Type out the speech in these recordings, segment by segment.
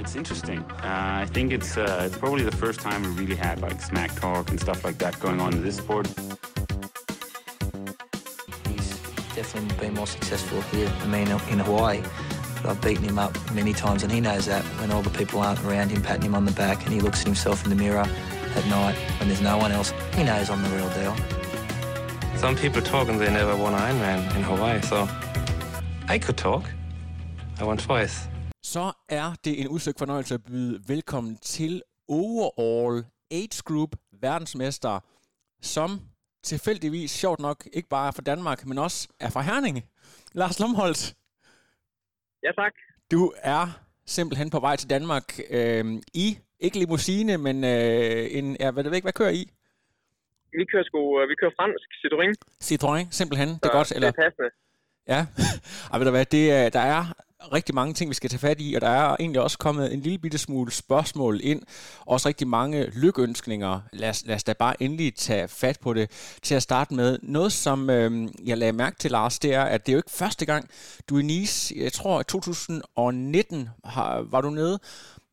It's interesting. I think it's probably the first time we really had like smack talk and stuff like that going on in this sport. He's definitely been more successful here than me in Hawaii. But I've beaten him up many times, and he knows that when all the people aren't around him patting him on the back and he looks at himself in the mirror at night when there's no one else, he knows I'm the real deal. Some people talk and they never won Ironman in Hawaii, so I could talk. I won twice. Så er det en udsøgt fornøjelse at byde velkommen til Overall Age Group verdensmester, som tilfældigvis, sjovt nok, ikke bare er fra Danmark, men også er fra Herning. Lars Lomholdt. Ja, tak. Du er simpelthen på vej til Danmark i, ikke limousine, men hvad kører I? Vi kører fransk Citroën. Citroën, simpelthen. Det er godt. Eller? Det er passende. Ja, og ved du hvad, der er rigtig mange ting, vi skal tage fat i, og der er egentlig også kommet en lille bitte smule spørgsmål ind. Også rigtig mange lykønskninger. Lad os da bare endelig tage fat på det til at starte med. Noget, som jeg lagde mærke til, Lars, det er, at det er jo ikke første gang, du er i Nice. Jeg tror, i 2019 var du nede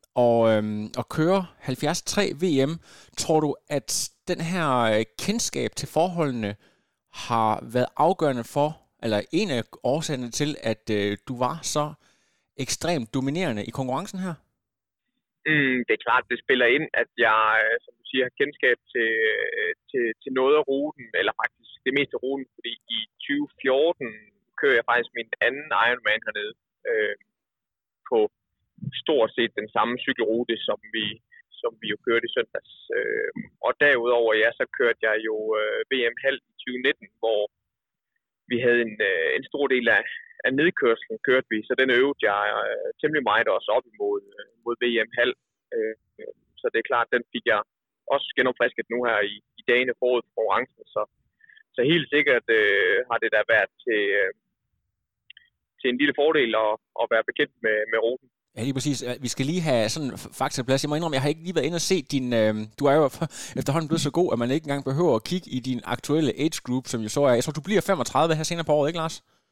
og køre 73 VM. Tror du, at den her kendskab til forholdene har været afgørende for, eller en af årsagerne til, at du var så ekstremt dominerende i konkurrencen her? Det er klart, det spiller ind, at jeg, som du siger, har kendskab til noget af ruten, eller faktisk det meste af ruten, fordi i 2014 kører jeg faktisk min anden Ironman hernede på stort set den samme cykelrute, som vi jo kørte i søndags. Og derudover, ja, så kørte jeg jo VM halv i 2019, hvor vi havde en stor del af nedkørslen, kørte vi, så den øvede jeg temmelig meget også op mod VM halv. Så det er klart, den fik jeg også genopfrisket nu her i dagene forud for konkurrencen. Så helt sikkert har det da været til en lille fordel at være bekendt med ruten. Ja, lige præcis. Vi skal lige have sådan faktaplads. Jeg må indrømme, jeg har ikke lige været inde og set din... du er jo efterhånden blevet så god, at man ikke engang behøver at kigge i din aktuelle age group, som jo så er... Jeg tror, du bliver 35 her senere på året, ikke Lars?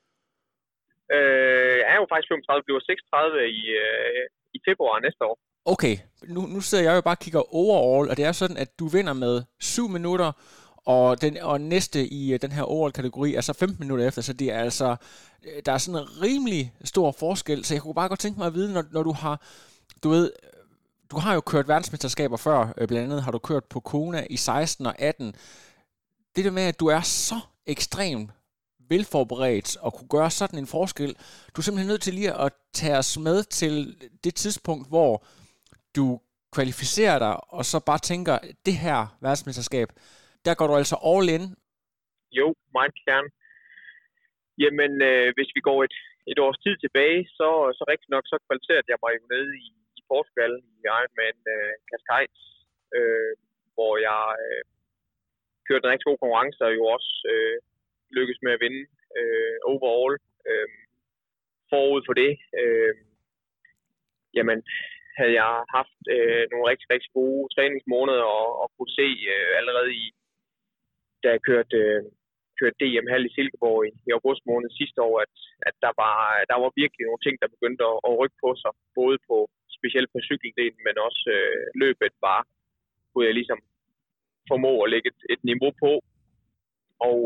Jeg er jo faktisk 35, bliver 36 i februar næste år. Okay, nu sidder jeg jo bare og kigger overall, og det er sådan, at du vinder med 7 minutter, og næste i den her overall-kategori er så 15 minutter efter, så det er altså... Der er sådan en rimelig stor forskel, så jeg kunne bare godt tænke mig at vide, når du har... Du ved, du har jo kørt verdensmesterskaber før, blandt andet har du kørt på Kona i 16 og 18. Det der med, at du er så ekstremt velforberedt og kunne gøre sådan en forskel, du er simpelthen nødt til lige at tage os med til det tidspunkt, hvor du kvalificerer dig, og så bare tænker, det her verdensmesterskab, der går du altså all in. Jo, meget gerne. Jamen, hvis vi går et års tid tilbage, så rigtig nok, så kvalificerede jeg mig jo nede i Portugal i Ironman Cascais, hvor jeg kørte en rigtig god konkurrence, og jo også lykkedes med at vinde overall. Forud for det, jamen, havde jeg haft nogle rigtig, rigtig gode træningsmåneder og kunne se allerede da jeg kørte DM halv i Silkeborg i august måned sidste år, at der var virkelig nogle ting, der begyndte at rykke på sig, både på specielt på cykeldelen, men også løbet kunne jeg ligesom formå at lægge et niveau på. Og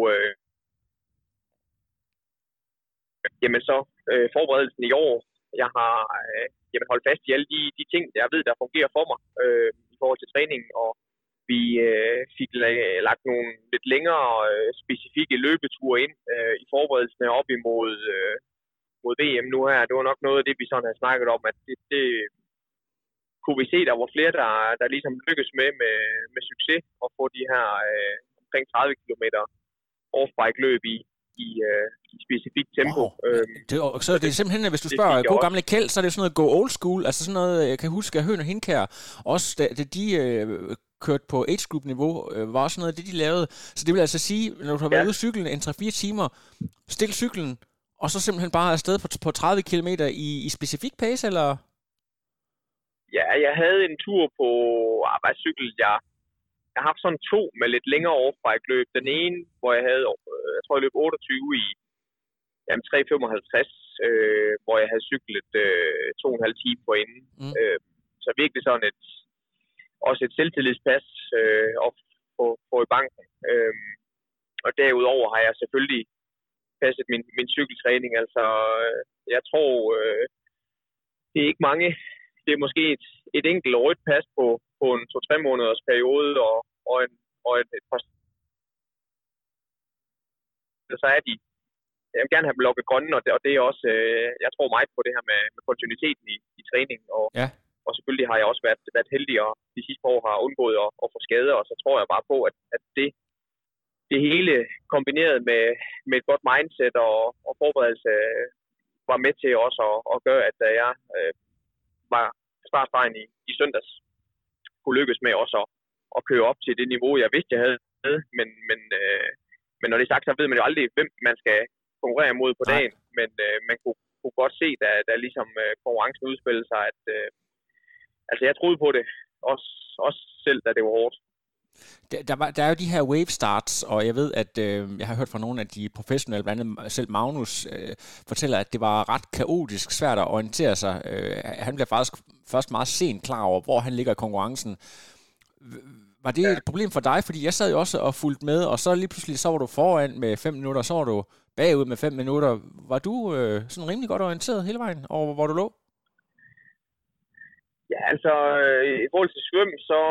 jamen så forberedelsen i år, jeg har holdt fast i alle de ting, jeg ved, der fungerer for mig i forhold til træningen, og vi fik lagt nogle lidt længere specifikke løbeture ind i forberedelsen op imod mod VM nu her. Det var nok noget af det, vi sådan havde snakket om, at det kunne vi se, der var flere, der ligesom lykkedes med succes at få de her omkring 30 km off-bike løb i specifikt tempo. Wow. Så det er simpelthen, hvis du spørger god gamle Kjeld, så er det sådan noget go old school, altså sådan noget, jeg kan huske, at Høen og Hindkær, også da de kørt på age group niveau, var også noget af det, de lavede. Så det vil altså sige, når du har været ude at cykle en 3-4 timer, stil cyklen, og så simpelthen bare afsted på 30 km i specifik pace, eller? Ja, jeg havde en tur på arbejdscykel. Jeg har haft sådan 2 med lidt længere off-bike løb. Den ene, hvor jeg havde, jeg tror jeg løb 28 i 3,55, hvor jeg havde cyklet 2,5 timer forinden. så virkelig sådan også et selvtillidspas at få i banken. Og derudover har jeg selvfølgelig passet min cykeltræning. Altså, jeg tror, det er ikke mange. Det er måske et enkelt årligt pas på en 2-3 måneders periode, og et par. Så er de. Jeg vil gerne have dem lukket grønne, og det er også, jeg tror meget på det her med kontinuiteten i træningen. Og selvfølgelig har jeg også været heldig, og de sidste år har undgået at få skader, og så tror jeg bare på, at det hele kombineret med et godt mindset og forberedelse var med til også at gøre, at jeg var startstregen i søndags, kunne lykkes med også at køre op til det niveau, jeg vidste, jeg havde. Men når det er sagt, så ved man jo aldrig, hvem man skal konkurrere imod på dagen. Men man kunne godt se, da ligesom konkurrencen udspillede sig, at altså jeg troede på det, også selv, da det var hårdt. Der er jo de her wave starts, og jeg ved, at jeg har hørt fra nogle af de professionelle, blandt andet selv Magnus, fortæller, at det var ret kaotisk svært at orientere sig. Han bliver faktisk først meget sent klar over, hvor han ligger i konkurrencen. Var det et problem for dig? Fordi jeg sad jo også og fulgte med, og så lige pludselig så var du foran med 5 minutter, så var du bagud med 5 minutter. Var du sådan rimelig godt orienteret hele vejen over, hvor du lå? Ja, altså i forhold til svøm, så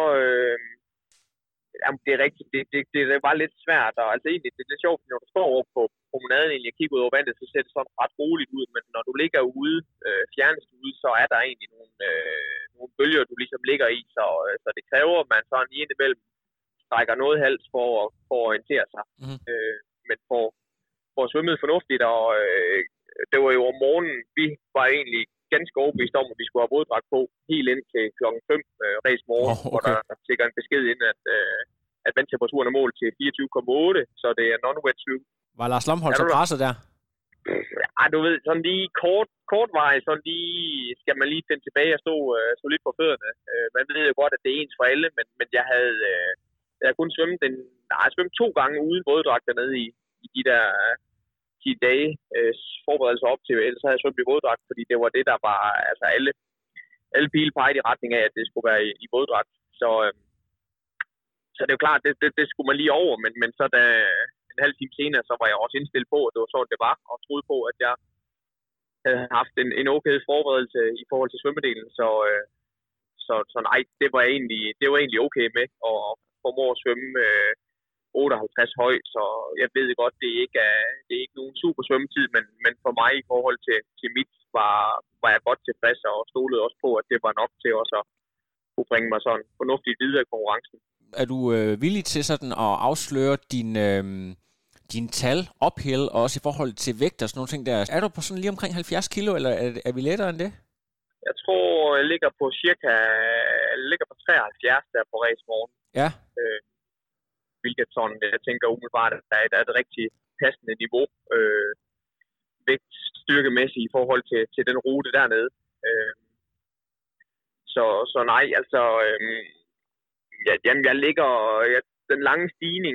det er rigtigt. Det var lidt svært, og altså egentlig det er lidt sjovt, når du står over på promenaden, egentlig kigger ud over vandet, så ser det sådan ret roligt ud, men når du ligger ude, fjernest ude, så er der egentlig nogle bølger, du ligesom ligger i, så det kræver, at man sådan indimellem strækker noget hals for at orientere sig. Men for at svømme fornuftigt, og det var jo om morgenen, vi var egentlig ganske overbevist om, at vi skulle have våddragt på helt ind til klokken 5 ræs morgen, hvor der tjekker en besked ind, at vandtemperaturen er målt til 24,8, så det er non-wet swim. Var Lars Lomholdt så presset der? Ja, du ved, sådan lige kortvej, sådan lige skal man lige finde tilbage og stå lidt på fødderne. Man ved jo godt, at det er ens for alle, men jeg havde kun svømt 2 gange uden våddragt dernede i de der 10 dage forberedelser op til, ellers havde jeg svømt i våddragt, fordi det var det, der var, altså alle pile pegede i retning af, at det skulle være i våddragt. Så det er jo klart, det skulle man lige over, men så da en halv time senere, så var jeg også indstillet på, at det var sådan, det var, og troede på, at jeg havde haft en okay forberedelse i forhold til svømmedelen, så nej, det var egentlig okay med at formå at svømme 58 højt, så jeg ved godt, det er ikke nogen super svømmetid, men for mig i forhold til mit var jeg godt tilfreds og stolede også på, at det var nok til også at kunne bringe mig sådan fornuftigt videre i konkurrencen. Er du villig til sådan at afsløre din tal uphill, og også i forhold til vægt og sådan nogle ting der? Er du på sådan lige omkring 70 kilo, eller er vi lettere end det? Jeg tror, jeg ligger på 73 der på race-morgen. Ja. Hvilket sådan, jeg tænker umiddelbart, at der er et rigtig passende niveau vægt styrkemæssigt i forhold til den rute dernede. Så nej, altså jeg ligger den lange stigning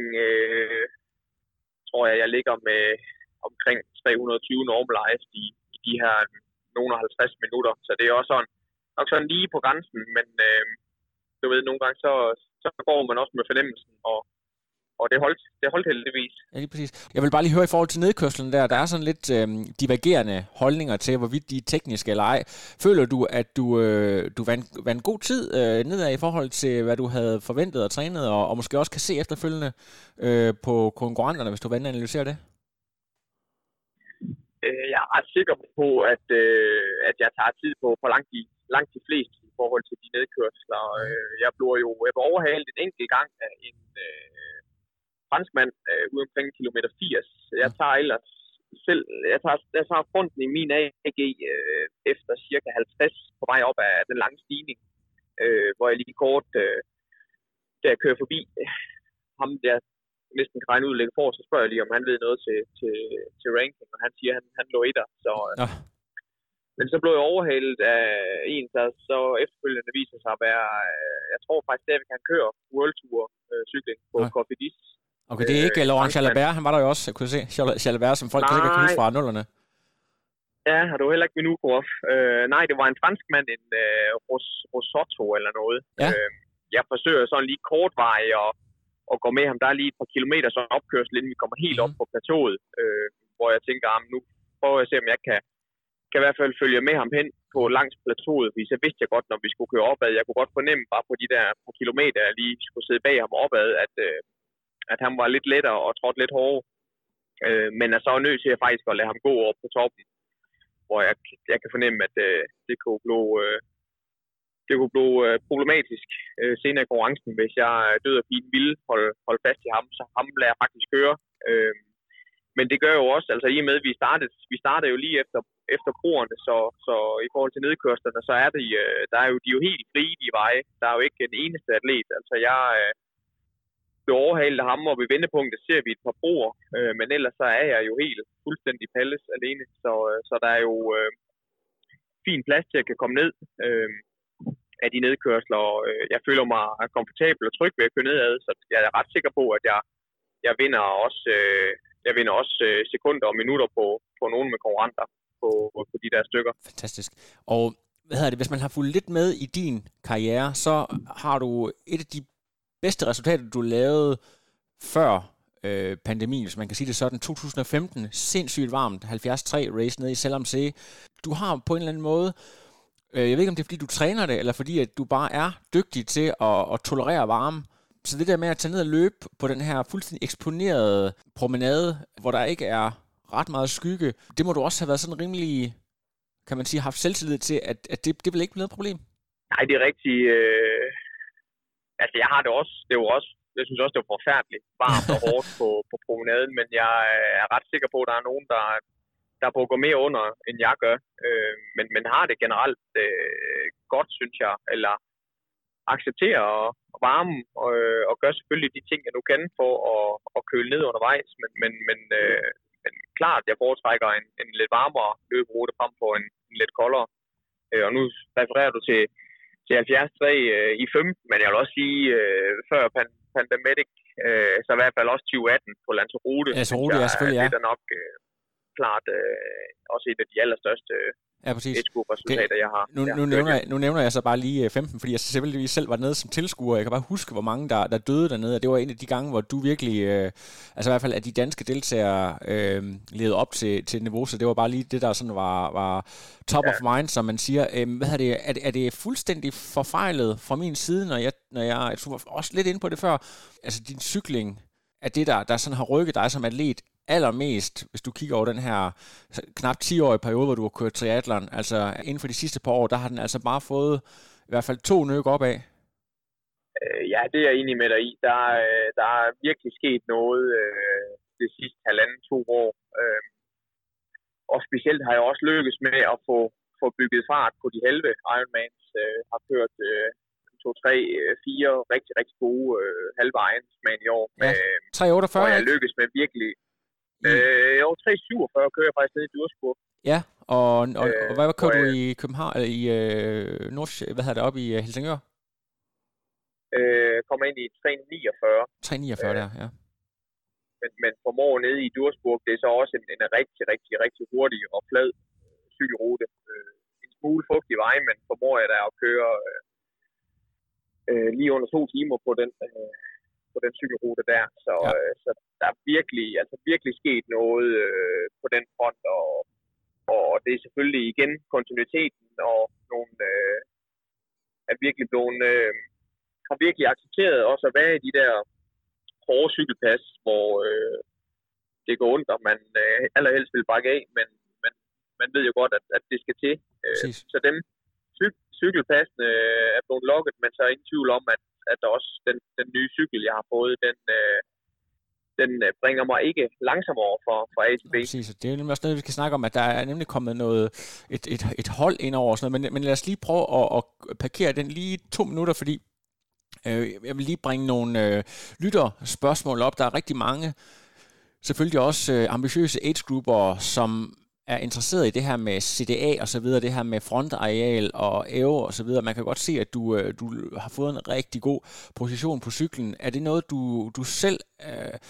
tror jeg ligger med omkring 320 normalized i de her nogle 50 minutter, så det er også nok sådan lige på grænsen, men du ved, nogle gange så går man også med fornemmelsen, og det holdt heldigvis. Ja, lige præcis. Jeg vil bare lige høre i forhold til nedkørslen der er sådan lidt divergerende holdninger til, hvorvidt de er tekniske eller ej. Føler du, at du vandt god tid nedad i forhold til, hvad du havde forventet og trænet, og måske også kan se efterfølgende på konkurrenterne, hvis du vil analysere det? Jeg er ret sikker på, at jeg tager tid på langt de fleste i forhold til de nedkørsler. Jeg blev overhalet en enkelt gang af en franskmand ude omkring kilometer 80. Jeg tager ellers selv, jeg tager fronten i min AG efter cirka 50 på vej op af den lange stigning, hvor jeg lige kort, da jeg kører forbi ham der næsten kan regne ud lægge for, så spørger jeg lige, om han ved noget til ranking, og han siger, at han lå etter. Ja. Men så blev jeg overhalet af en, der så efterfølgende viser sig at være, jeg tror faktisk, at vi kan køre World Tour cykling på Cofidis. Okay, det er ikke Laurent Jalabert, han var der jo også, jeg kunne se. Jalabert, som folk kan sikkert huske fra nullerne. Ja, har du heller ikke Vinokurov? Nej, det var en fransk mand, en Rosotto eller noget. Ja. Jeg forsøger sådan lige kortveje og gå med ham. Der er lige et par kilometer så opkørsel, inden vi kommer helt op på plateauet, hvor jeg tænker, nu prøver jeg at se, om jeg kan i hvert fald følge med ham hen på langs plateauet, fordi så vidste jeg godt, når vi skulle køre opad. Jeg kunne godt fornemme bare på de der par kilometer, jeg lige skulle sidde bag ham opad, at han var lidt lettere og trådte lidt hårdere. Men er så nødt til at faktisk at lade ham gå op på toppen, hvor jeg kan fornemme, at det kunne blive problematisk senere i konkurrencen, hvis jeg død og pine ville holde fast i ham, så ham lader jeg faktisk køre. Men det gør jo også, altså i og med, at vi startede jo lige efter broerne, så i forhold til nedkørslerne, så er de er jo helt frie de veje. Der er jo ikke en eneste atlet. Altså jeg blev overhalet af ham, og ved vendepunktet ser vi et par broer, men ellers så er jeg jo helt fuldstændig palles alene. Så der er jo fin plads til at kan komme ned af de nedkørsler, og jeg føler mig komfortabel og tryg ved at køre nedad, så jeg er ret sikker på, at jeg vinder også sekunder og minutter på nogle med konkurrenter på de der stykker. Fantastisk. Og hvis man har fulgt lidt med i din karriere, så har du et af de bedste resultater, du lavede før pandemien, hvis man kan sige det sådan, 2015, sindssygt varmt, 73 race nede i Zellamsee. Du har på en eller anden måde, jeg ved ikke, om det er, fordi du træner det, eller fordi at du bare er dygtig til at tolerere varme. Så det der med at tage ned og løbe på den her fuldstændig eksponerede promenade, hvor der ikke er ret meget skygge, det må du også have været sådan rimelig, kan man sige, haft selvtillid til, at det vil ikke blive noget problem? Nej, det er rigtigt. Altså, jeg har det også. Det er jo også, jeg synes også, det er forfærdeligt varmt og hårdt på promenaden, men jeg er ret sikker på, at der er nogen, der går mere under, end jeg gør. Men har det generelt godt, synes jeg, eller accepterer varmen og gør selvfølgelig de ting, jeg nu kan for at køle ned undervejs, men klart, jeg foretrækker en lidt varmere løberute frem for en lidt koldere. Og nu refererer du til 73 i 15, men jeg vil også sige, før Pandemic, så i hvert fald også 2018 på Lanzarote. Lanzarote, ja, selvfølgelig, ja. Det er nok klart også et af de allerstørste resultater, jeg har. Nu nævner jeg så bare lige 15, fordi jeg selvfølgelig selv var nede som tilskuer. Jeg kan bare huske, hvor mange der døde dernede, og det var en af de gange, hvor du virkelig, altså i hvert fald, at de danske deltagere levede op til niveau, så det var bare lige det, der sådan var top of mind, som man siger. Er det fuldstændig forfejlet fra min side, når jeg var også lidt inde på det før, altså din cykling, er det der sådan har rykket dig som atlet allermest, hvis du kigger over den her knap 10-årige periode, hvor du har kørt triathlon, altså inden for de sidste par år, der har den altså bare fået i hvert fald 2 nøk opad? Ja, det er jeg enig med dig i. Der er virkelig sket noget det sidste 1,5-2 år. Og specielt har jeg også lykkes med at få bygget fart på de halve Ironmans. Har kørt 2, 3, 4 rigtig, rigtig gode halve Ironman i år. Ja, 3,48. Og jeg lykkes med virkelig... 3,47 kører jeg faktisk ned i Dursburg. Ja, og hvad kører du i København, eller i oppe i Helsingør? Kommer ind i 3,49. 3,49 der, ja. Men formår nede i Dursburg, det er så også en rigtig, rigtig, rigtig hurtig og flad cykelrute. En smule fugtig vej, men formår jeg da at køre lige under 2 timer på den cykelrute der. Så der er virkelig sket noget på den front, og det er selvfølgelig igen kontinuiteten og nogle er virkelig blevet har virkelig accepteret også at være i de der hårde cykelpas, hvor det går ondt, og man allerhelst vil bakke af, men man ved jo godt, at det skal til. Så dem cykelpassene er blevet lukket, men så er ingen tvivl om, at der også den nye cykel, jeg har fået, den bringer mig ikke langsommere fra A til B. Præcis, det er nemlig også noget, vi skal snakke om, at der er nemlig kommet et hold ind over sådan noget, men lad os lige prøve at parkere den lige 2 minutter, fordi jeg vil lige bringe nogle lytterspørgsmål op. Der er rigtig mange, selvfølgelig også ambitiøse age-grupper, som er interesseret i det her med CDA og så videre, det her med frontareal og æve og så videre. Man kan godt se, at du har fået en rigtig god position på cyklen. Er det noget, du selv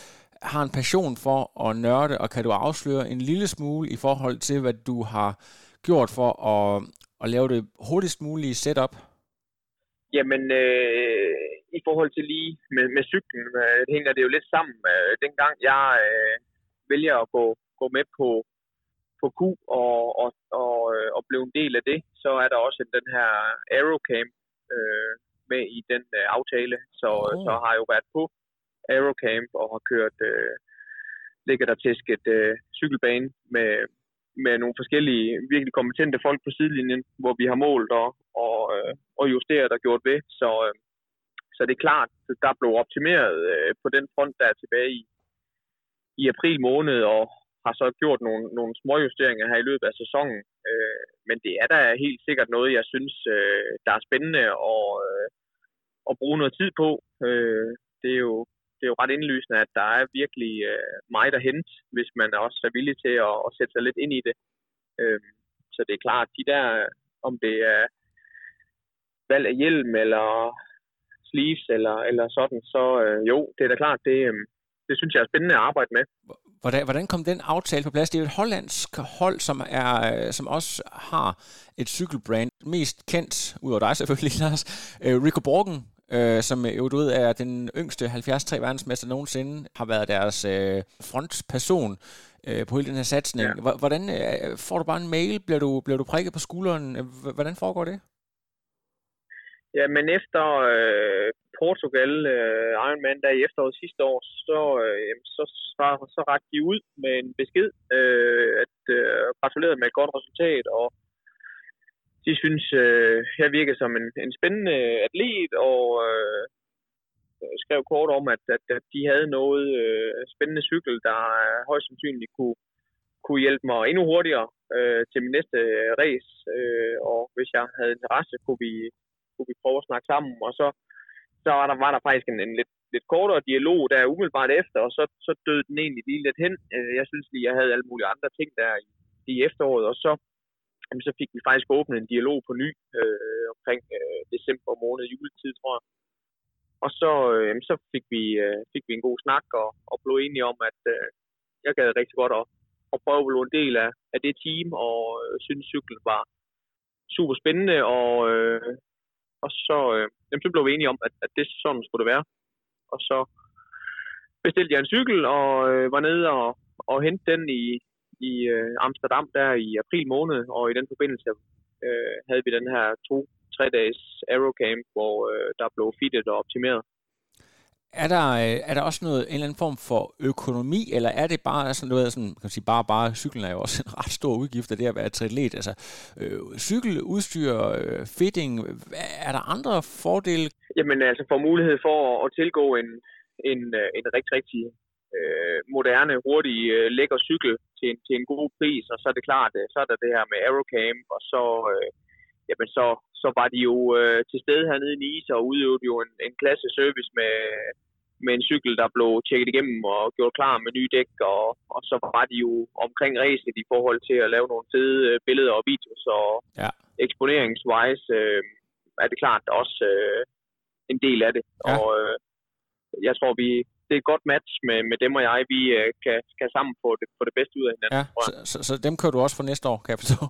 har en passion for at nørde, og kan du afsløre en lille smule i forhold til, hvad du har gjort for at lave det hurtigst mulige setup? Jamen, i forhold til lige med cyklen, hænger det jo lidt sammen. Dengang jeg vælger at gå med på Q og blev en del af det, så er der også den her Aerocamp med i den aftale. Så har jeg jo været på Aerocamp og har kørt, ligger der tæsket cykelbane med nogle forskellige virkelig kompetente folk på sidelinjen, hvor vi har målt og justeret og gjort ved. Så det er klart, der blev optimeret på den front, der er tilbage i april måned, og har så gjort nogle småjusteringer her i løbet af sæsonen. Men det er da helt sikkert noget, jeg synes, der er spændende at bruge noget tid på. Det er jo ret indlysende, at der er virkelig meget at hente, hvis man også er villig til at sætte sig lidt ind i det. Så det er klart, de der, om det er valg af hjelm eller sleeves eller sådan, så jo, det er da klart, det synes jeg er spændende at arbejde med. Hvordan kom den aftale på plads? Det er jo et hollandsk hold, som også har et cykelbrand. Mest kendt, udover dig selvfølgelig, Lars, Rico Borgen, som jo du ved er den yngste 73 verdensmester nogensinde, har været deres frontperson på hele den her satsning. Ja. Hvordan får du bare en mail? Bliver du prikket på skulderen? Hvordan foregår det? Ja, men efter Portugal Ironman der i efteråret sidste år, så rakte de ud med en besked, at gratulerede med et godt resultat, og de synes, jeg virker som en spændende atlet, og skrev kort om, at de havde noget spændende cykel, der højst sandsynligt kunne hjælpe mig endnu hurtigere til min næste race, og hvis jeg havde interesse, kunne vi prøve at snakke sammen, og så var der faktisk en lidt kortere dialog der umiddelbart efter, og så døde den egentlig lige lidt hen. Jeg synes lige, jeg havde alle mulige andre ting der i efteråret, og så fik vi faktisk åbnet en dialog på ny omkring december måned, juletid, tror jeg. Og så fik vi en god snak og blev enige om, at jeg gad rigtig godt at prøve at blive en del af det team, og synes cyklen var super spændende, og så blev vi enige om, at det sådan skulle det være. Og så bestilte jeg en cykel og var nede og hente den i Amsterdam der i april måned, og i den forbindelse havde vi den her 2-3 dages Aerocamp, hvor der blev fittet og optimeret. Er der også en eller anden form for økonomi, eller er det bare sådan noget, sådan, kan man sige, bare cyklen er jo også en ret stor udgift af det at være triatlet, altså cykeludstyr, fitting, er der andre fordele? Jamen altså for mulighed for at tilgå en rigtig, rigtig moderne, hurtig, lækker cykel til en god pris, og så er det klart, så er der det her med Aerocamp, og så var de jo til stede hernede i Nice og udøvede jo en klasse service med en cykel, der blev tjekket igennem og gjort klar med nye dæk, og så var de jo omkring racet i forhold til at lave nogle fede billeder og videos, og eksponeringswise er det klart også en del af det. Ja. Og jeg tror, det er et godt match med dem og jeg. Vi kan sammen få det bedste ud af hinanden. Ja, så dem kører du også for næste år, kan jeg forstå?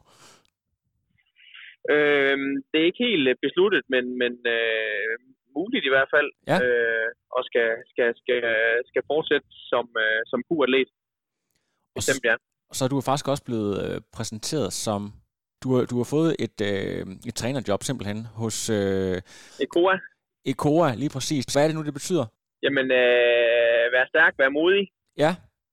Det er ikke helt besluttet, men muligt i hvert fald. Ja. Og skal fortsætte som Q-atlet. Bestemt, ja. Og så er du faktisk også blevet præsenteret som... Du har fået et trænerjob simpelthen hos... ECOA, lige præcis. Hvad er det nu, det betyder? Jamen, være stærk, være modig. Ja.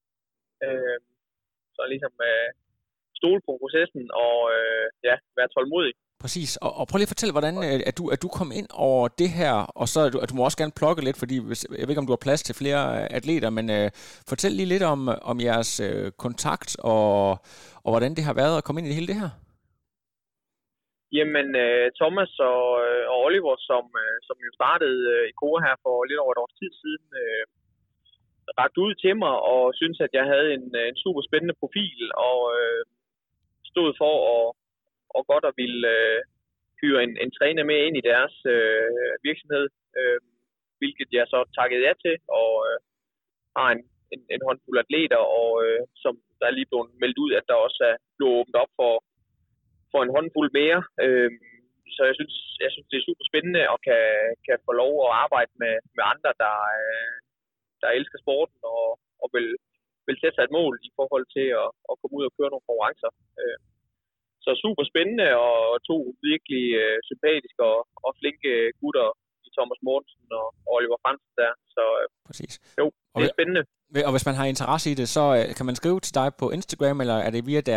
Så ligesom stole på processen og være tålmodig. Præcis. Og prøv lige at fortælle, hvordan at du kom ind over det her, og så at du må også gerne plukke lidt, fordi jeg ved ikke, om du har plads til flere atleter, men fortæl lige lidt om jeres kontakt og hvordan det har været at komme ind i hele det her. Jamen, Thomas og Oliver, som jo startede i ECOA her for lidt over et års tid siden, rakte ud til mig og syntes, at jeg havde en super spændende profil, og stod for og godt at ville hyre en træner med ind i deres virksomhed, hvilket jeg så takkede ja til, og har en håndfuld atleter, og som der er lige blevet meldt ud, at der også er blevet åbnet op for en håndfuld mere. Så jeg synes, det er super spændende og kan få lov at arbejde med andre, der elsker sporten og vil sætte sig et mål i forhold til at komme ud og køre nogle konkurrencer. Så super spændende, og to virkelig sympatiske og flinke gutter i Thomas Mortensen og Oliver Fransen der. Så præcis. Jo, det er spændende. Og hvis man har interesse i det, så kan man skrive til dig på Instagram, eller er det via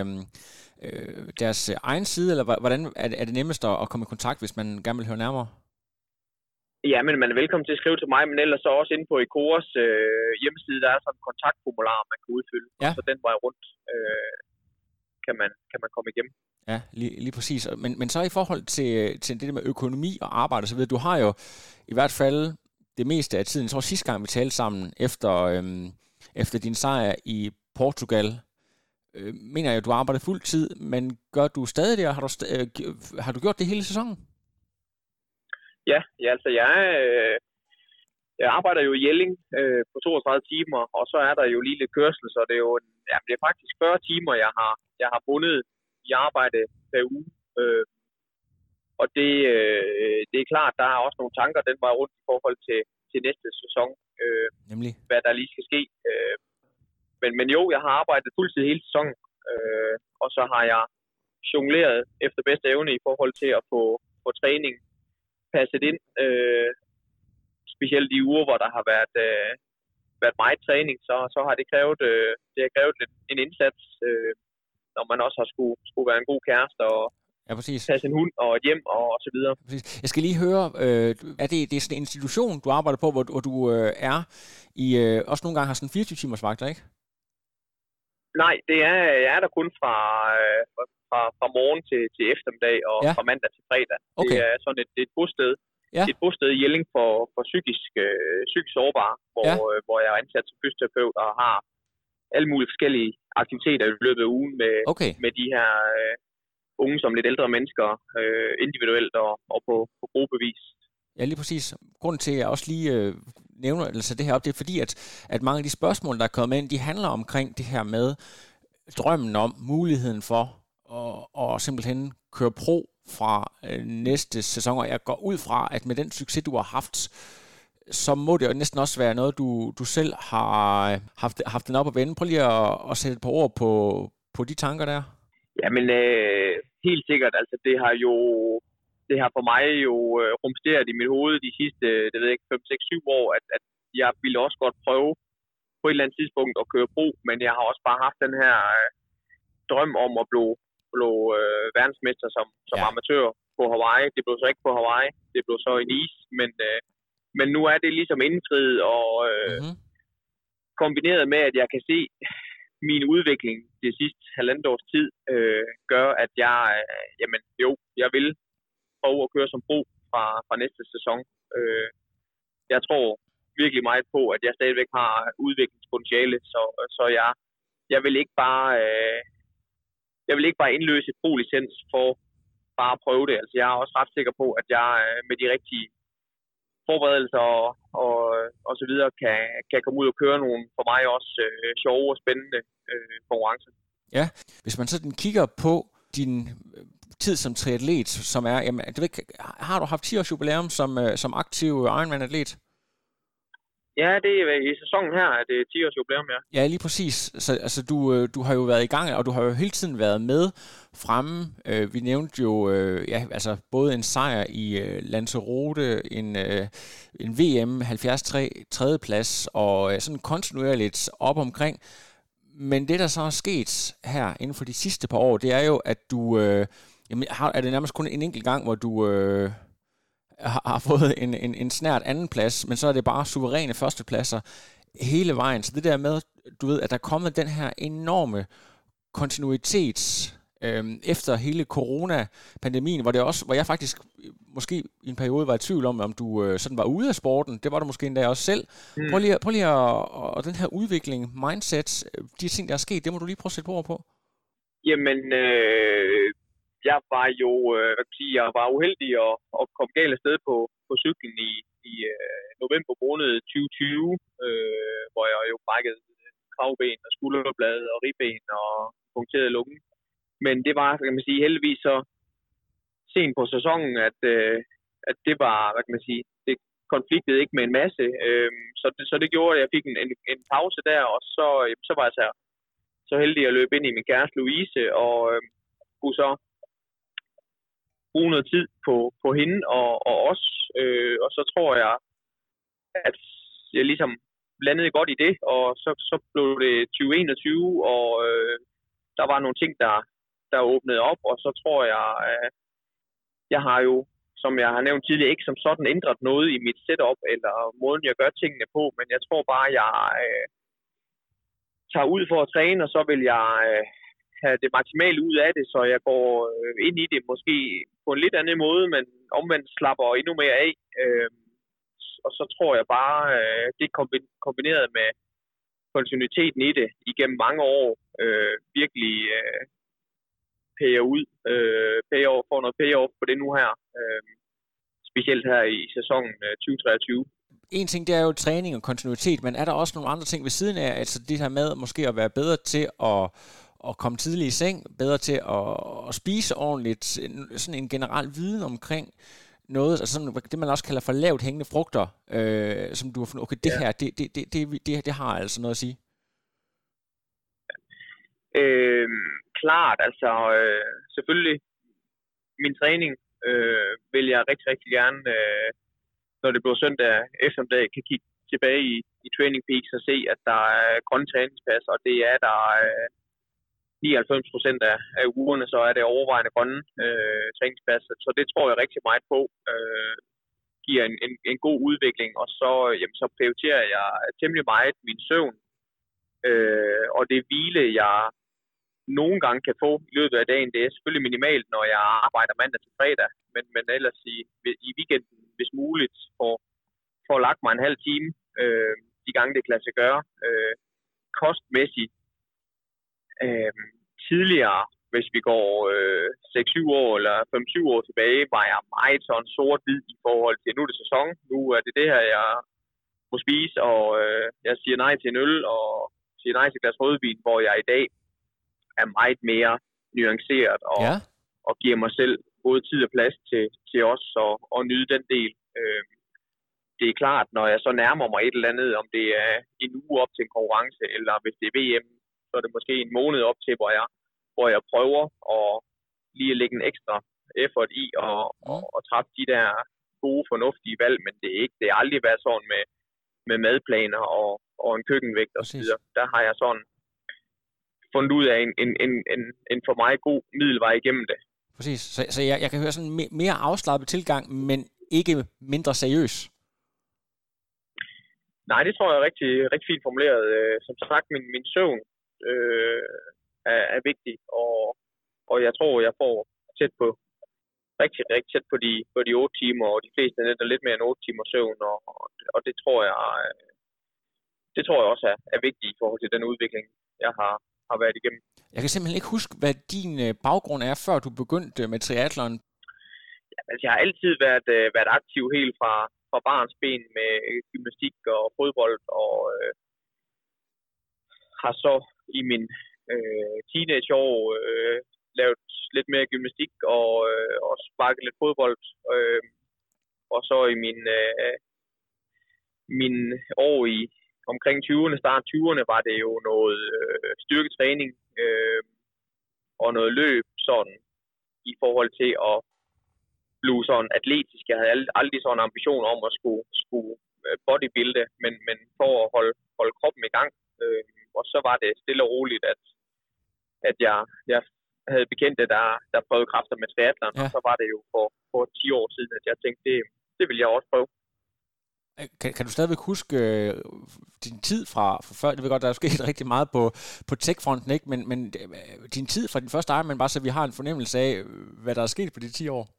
deres egen side, eller hvordan er det nemmest at komme i kontakt, hvis man gerne vil høre nærmere? Ja, men man er velkommen til at skrive til mig, men ellers så også inde på Ecoras hjemmeside, der er sådan en kontaktformular, man kan udfylde, ja. Så den vej rundt kan man komme igennem. Ja, lige præcis. Men så i forhold til det der med økonomi og arbejde, så ved du har jo i hvert fald det meste af tiden, jeg tror sidste gang vi talte sammen, efter din sejr i Portugal, mener jeg, at du arbejder fuld tid, men gør du stadig det, og har du gjort det hele sæsonen? Ja, altså jeg arbejder jo i Jelling på 32 timer, og så er der jo lige lidt kørsel, så det er jo det er faktisk 40 timer, jeg har bundet i arbejde per uge. Og det er klart, der er også nogle tanker den vej rundt i forhold til næste sæson, nemlig hvad der lige skal ske. Men jo, jeg har arbejdet fuldtid hele sæsonen, og så har jeg jongleret efter bedste evne i forhold til at få træning passet ind, specielt de uger, hvor der har været meget træning, så har det krævet en indsats, når man også har skulle være en god kæreste og passe en hund og et hjem og så videre. Præcis. Jeg skal lige høre, er det sådan en institution, du arbejder på, hvor du er i, også nogle gange har sådan 24 timers vagter, ikke? Nej, jeg er der kun fra morgen til eftermiddag og fra mandag til fredag. Okay. Det er sådan et bosted. Ja. Et bosted i Jelling for psykisk sårbare, hvor jeg er ansat som fysioterapeut og har alle mulige forskellige aktiviteter i løbet af ugen med de her unge som lidt ældre mennesker, individuelt og på gruppevis. Ja, lige præcis. Grunden til, at jeg også lige nævner det her op, det er fordi, at mange af de spørgsmål, der er kommet ind, de handler omkring det her med drømmen om muligheden for at simpelthen køre pro fra næste sæson, og jeg går ud fra, at med den succes, du har haft, så må det jo næsten også være noget, du selv har haft den op at vende. Prøv lige at sætte et par ord på de tanker der. Jamen, helt sikkert. Altså, det har for mig jo rumsteret i mit hoved de sidste, 5, 6, 7 år, at jeg ville også godt prøve på et eller andet tidspunkt at køre pro, men jeg har også bare haft den her drøm om at blive verdensmester som amatør på Hawaii. Det blev så ikke på Hawaii, det blev så i Nice, men nu er det ligesom indskridt og kombineret med, at jeg kan se min udvikling det sidste halvandet års tid, gør, at jeg vil prøve at køre som pro fra næste sæson. Jeg tror virkelig meget på, at jeg stadigvæk har udviklingspotentiale, så jeg vil ikke bare indløse et pro-licens for bare at prøve det. Altså, jeg er også ret sikker på, at jeg med de rigtige forberedelser og så videre kan komme ud og køre nogle for mig også sjove og spændende konkurrencer. Ja, hvis man sådan kigger på din tid som triatlet, som er, jamen, har du haft 10 års jubilæum som aktiv Ironman-atlet? Ja, det er i sæsonen her, at det er 10 års jubilæum, ja. Ja, lige præcis. Så altså, du har jo været i gang, og du har jo hele tiden været med fremme. Vi nævnte jo både en sejr i Lanzarote, en VM 73 tredjeplads, og sådan kontinuerligt op omkring. Men det, der så er sket her inden for de sidste par år, det er jo, at du... er det nærmest kun en enkelt gang, hvor du... har fået en snært anden plads, men så er det bare suveræne førstepladser hele vejen. Så det der med, du ved, at der er kommet den her enorme kontinuitet efter hele corona-pandemien, hvor jeg faktisk måske i en periode var i tvivl om du sådan var ude af sporten. Det var du måske endda også selv. Prøv lige at den her udvikling, mindset, de ting, der er sket, det må du lige prøve at sætte på ord på. Jamen, jeg var jo, jeg var uheldig at komme galt afsted på cyklen i november måned 2020, hvor jeg jo brækkede kravben og skulderblad og ribben og punkterede lungen. Men det var, kan man sige, heldigvis så sent på sæsonen, at det var, hvad kan man sige, det konfliktede ikke med en masse. Så det gjorde, at jeg fik en pause der, og så var jeg så heldig at løbe ind i min kæreste Louise, og kunne så bruge noget tid på hende og os. Og så tror jeg, at jeg ligesom landede godt i det, og så blev det 2021, og der var nogle ting, der åbnede op, og så tror jeg, jeg har jo, som jeg har nævnt tidligere, ikke som sådan ændret noget i mit setup, eller måden, jeg gør tingene på, men jeg tror bare, jeg tager ud for at træne, og så vil jeg have det maksimale ud af det, så jeg går ind i det måske på en lidt anden måde, men omvendt slapper endnu mere af. Og så tror jeg bare, det kombineret med kontinuiteten i det igennem mange år, virkelig payer ud, får noget payoff på det nu her, specielt her i sæsonen 2023. En ting, det er jo træning og kontinuitet, men er der også nogle andre ting ved siden af, altså det her med måske at være bedre til at komme tidligt i seng, bedre til at spise ordentligt, sådan en generel viden omkring noget, altså sådan, det man også kalder for lavt hængende frugter, som du har fundet, okay, det her, det har altså noget at sige. Klart, altså selvfølgelig min træning vil jeg rigtig, rigtig gerne, når det bliver søndag eftermiddag, kan kigge tilbage i Training Peaks og se, at der er grønne træningspas, og det er der 99% af ugerne, så er det overvejende grønne træningspas. Så det tror jeg rigtig meget på, giver en god udvikling, og så prioriterer jeg temmelig meget min søvn, og det hvile, jeg nogle gange kan få i løbet af dagen, det er selvfølgelig minimalt, når jeg arbejder mandag til fredag, men ellers i weekenden, hvis muligt, får lagt mig en halv time, de gange det kan lade sig gøre. Kostmæssigt tidligere, hvis vi går 6-7 år eller 5-7 år tilbage, var jeg meget sådan sort-hvid i forhold til, nu er det sæson, nu er det her, jeg må spise, og jeg siger nej til en øl, og siger nej til glas rødvin, hvor jeg i dag er meget mere nuanceret og giver mig selv både tid og plads til os og nyde den del. Det er klart, når jeg så nærmer mig et eller andet, om det er en uge op til en konkurrence, eller hvis det er VM, så er det måske en måned op til, hvor jeg prøver at lige at lægge en ekstra effort i og træffe de der gode, fornuftige valg, men det er aldrig været sådan med madplaner og en køkkenvægt og så videre. Der har jeg sådan fundet ud af en for mig god middelvej igennem det. Præcis. Så jeg kan høre sådan mere afslappet tilgang, men ikke mindre seriøs. Nej, det tror jeg er rigtig, rigtig fint formuleret. Som sagt, min søvn er vigtig, og jeg tror, jeg får rigtig, rigtig tæt på de 8 timer, og de fleste er lidt mere end 8 timer søvn, og det tror jeg også er vigtigt i forhold til den udvikling, jeg har været igennem. Jeg kan simpelthen ikke huske, hvad din baggrund er, før du begyndte med triathlon. Ja, altså, jeg har altid været aktiv helt fra barns ben med gymnastik og fodbold, og har så i min teenageår lavet lidt mere gymnastik og sparket lidt fodbold. Og så i min år i omkring 20'erne, start 20'erne, var det jo noget styrketræning og noget løb sådan i forhold til at blive sådan atletisk. Jeg havde aldrig sådan en ambition om at skulle bodybuilde, men for at holde kroppen i gang. Og så var det stille og roligt, at jeg havde bekendte, der prøvede kræfter med triathlon, og så var det jo for 10 år siden, at jeg tænkte, det vil jeg også prøve. Kan du stadigvæk huske din tid fra før? Det ved godt, der er sket rigtig meget på tech-fronten, ikke? Men din tid fra din første Ironman, bare så vi har en fornemmelse af, hvad der er sket på de 10 år?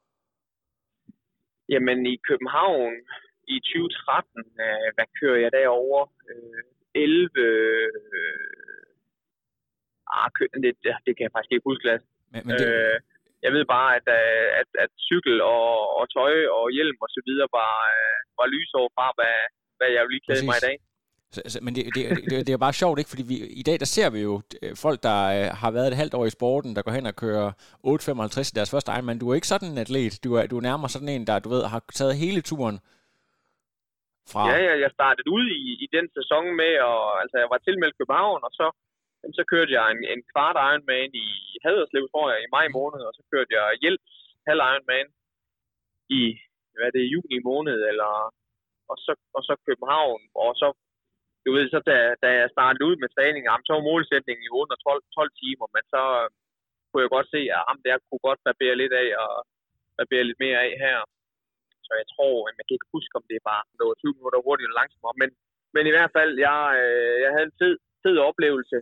Jamen i København i 2013, hvad kører jeg derover? 11... det kan jeg faktisk ikke huske, Lasse. jeg ved bare, at cykel og tøj og hjelm og så videre var lysår fra, hvad jeg ville lige klæde mig i dag. Men det er bare sjovt, ikke? Fordi i dag, der ser vi jo folk, der har været et halvt år i sporten, der går hen og kører 8,55 i deres første Ironman. Du er ikke sådan en atlet. Du er nærmere sådan en, der, du ved, har taget hele turen fra... Ja, jeg startede ud i den sæson med, og altså, jeg var tilmeldt København, og så kørte jeg en kvart Ironman i Haderslev, tror jeg, i maj måned, og så kørte jeg Hjelms halv Ironman i, juni måned, og så København, og så, du ved, så da jeg startede ud med træning, så var målsætningen jo under 12 timer, men så kunne jeg godt se, at jeg kunne godt barbere lidt af, og barbere lidt mere af her. Så jeg tror, man kan ikke huske, om det var noget 20 minutter hurtigt eller langsommere, men i hvert fald, jeg havde en fed oplevelse,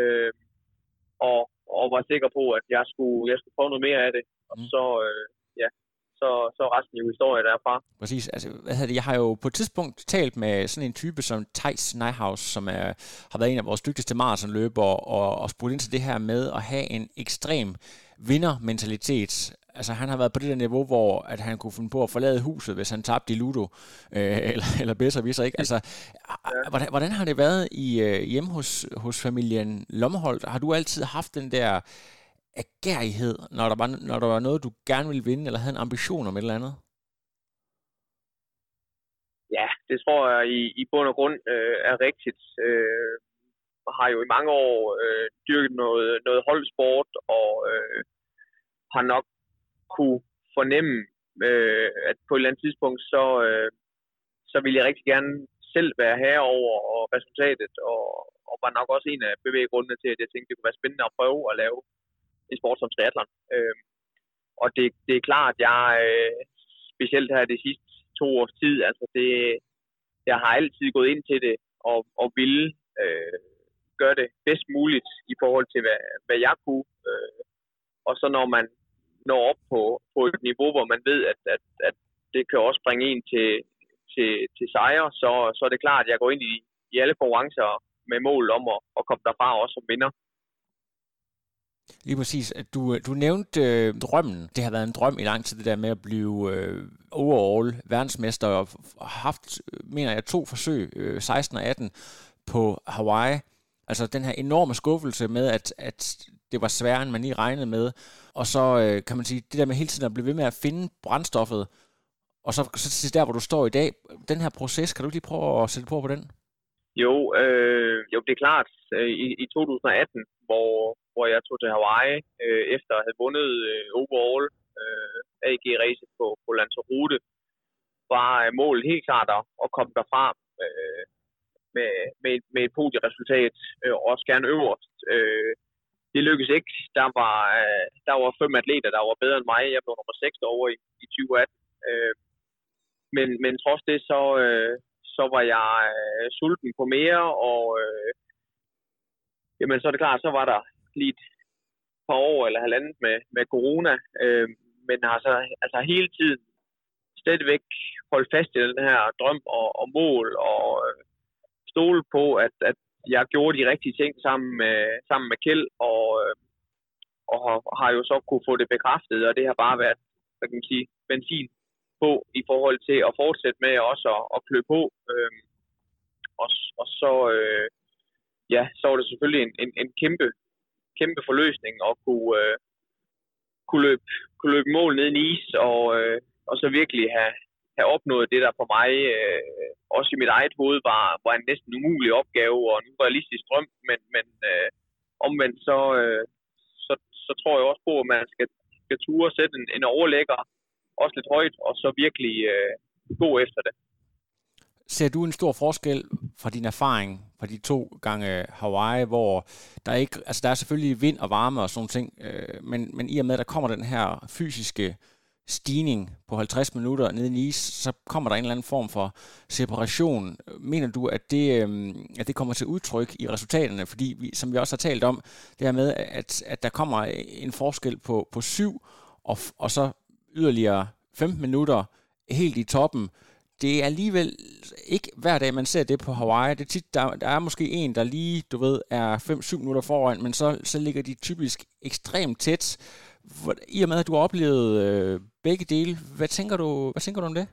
og var sikker på, at jeg skulle prøve noget mere af det, og så resten jo historie derfra. Præcis. Altså, jeg har jo på et tidspunkt talt med sådan en type som Theis Nyhaus, som har været en af vores dygtigste maratonløbere, og spurgt ind til det her med at have en ekstrem vindermentalitet. Altså, han har været på det der niveau, hvor at han kunne finde på at forlade huset, hvis han tabte i Ludo, eller bedre viser, ikke? Altså, hvordan har det været hjemme hos familien Lommeholt? Har du altid haft den der agerighed, når der var noget, du gerne ville vinde, eller havde en ambition om et eller andet? Ja, det tror jeg i bund og grund er rigtigt. Har jo i mange år dyrket noget holdsport, og har nok kunne fornemme, at på et eller andet tidspunkt, så ville jeg rigtig gerne selv være herre over resultatet, og var nok også en af bevæggrundene til, at jeg tænkte, det kunne være spændende at prøve at lave en sport som triathlon. Og det er klart, at jeg specielt her de sidste 2 års tid, altså jeg har altid gået ind til det, og ville gøre det bedst muligt i forhold til, hvad jeg kunne. Og så når man når op på et niveau, hvor man ved, at det kan også bringe en til sejre, så er det klart, at jeg går ind i alle konkurrencer med mål om at komme derfra også som vinder. Lige præcis. Du nævnte drømmen. Det har været en drøm i lang tid, det der med at blive overall verdensmester, og haft, mener jeg, 2 forsøg, 16 og 18, på Hawaii. Altså den her enorme skuffelse med, at det var sværere, end man lige regnede med. Og så kan man sige, det der med hele tiden at blive ved med at finde brændstoffet, og så til der, hvor du står i dag, den her proces, kan du ikke lige prøve at sætte på den? Jo, det er klart. I 2018, hvor jeg tog til Hawaii, efter at have vundet overall AG-race på Lanzarote, var målet helt klart at komme derfra med et podieresultat, og også gerne øverst. Det lykkedes ikke. Der var 5 atleter, der var bedre end mig. Jeg blev nummer 6 over i 2018. Men trods det, så var jeg sulten på mere, og jamen, så er det klart, så var der lige et par år eller halvandet med corona, men har så altså hele tiden stadigvæk holdt fast i den her drøm og mål, og stole på, at jeg gjorde de rigtige ting sammen med Kjeld, og har jo så kunne få det bekræftet, og det har bare været, hvad kan man sige, benzin på i forhold til at fortsætte med også at klø på. Og så, så var det selvfølgelig en kæmpe forløsning at kunne løbe mål ned i is, og så virkelig have opnået det, der for mig, også i mit eget hoved, var en næsten umulig opgave og en urealistisk drøm, men omvendt så tror jeg også på, at man skal ture og sætte en overlægger, også lidt højt, og så virkelig gå efter det. Ser du en stor forskel fra din erfaring fra de 2 gange Hawaii, hvor der ikke, altså der er selvfølgelig vind og varme og sådan ting, men i og med, at der kommer den her fysiske stigning på 50 minutter nede i is, så kommer der en eller anden form for separation. Mener du, at det kommer til udtryk i resultaterne? Fordi, som vi også har talt om, det her med, at der kommer en forskel på 7, og så yderligere 15 minutter helt i toppen. Det er alligevel ikke hver dag, man ser det på Hawaii. Det er tit, der er måske en, der lige, du ved, er 5-7 minutter foran, men så ligger de typisk ekstremt tæt. I og med, at du har oplevet begge dele, hvad tænker du om det?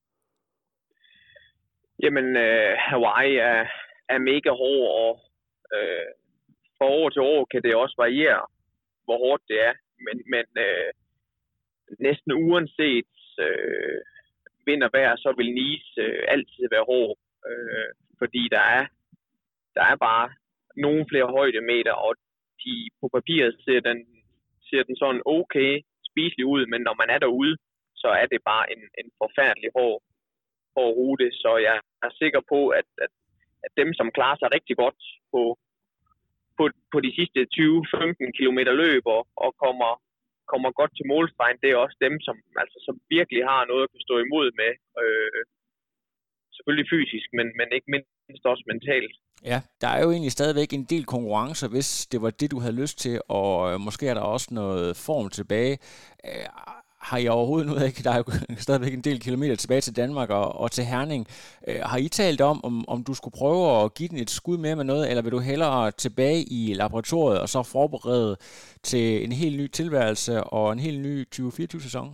Jamen, Hawaii er mega hård, og fra år til år kan det også variere, hvor hårdt det er. Men næsten uanset vind og vejr, så vil Nice altid være hård. Fordi der er bare nogle flere højdemeter, og på papiret ser den sådan okay spiselig ud, men når man er derude, så er det bare en forfærdelig hård rute. Så jeg er sikker på, at dem, som klarer sig rigtig godt på de sidste 20-15 kilometer løb og kommer godt til målstregen, det er også dem, som virkelig har noget at kunne stå imod med. Selvfølgelig fysisk, men ikke mindst også mentalt. Ja, der er jo egentlig stadigvæk en del konkurrencer, hvis det var det, du havde lyst til, og måske er der også noget form tilbage. Har I overhovedet nu ikke? Der er jo stadigvæk en del kilometer tilbage til Danmark og til Herning. Har I talt om du skulle prøve at give den et skud med noget, eller vil du hellere tilbage i laboratoriet og så forberede til en helt ny tilværelse og en helt ny 2024-sæson?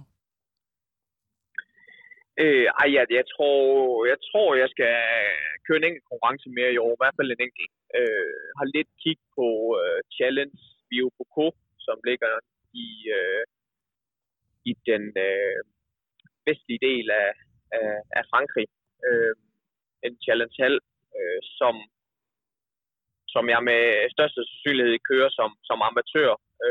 Jeg tror, jeg skal køre en enkelt konkurrence mere i år. I hvert fald en enkelt. Har lidt kig på Challenge Vieux-Bocaux, som ligger i den vestlige del af Frankrig. En Challenge halv, som jeg med største sandsynlighed kører som amatør.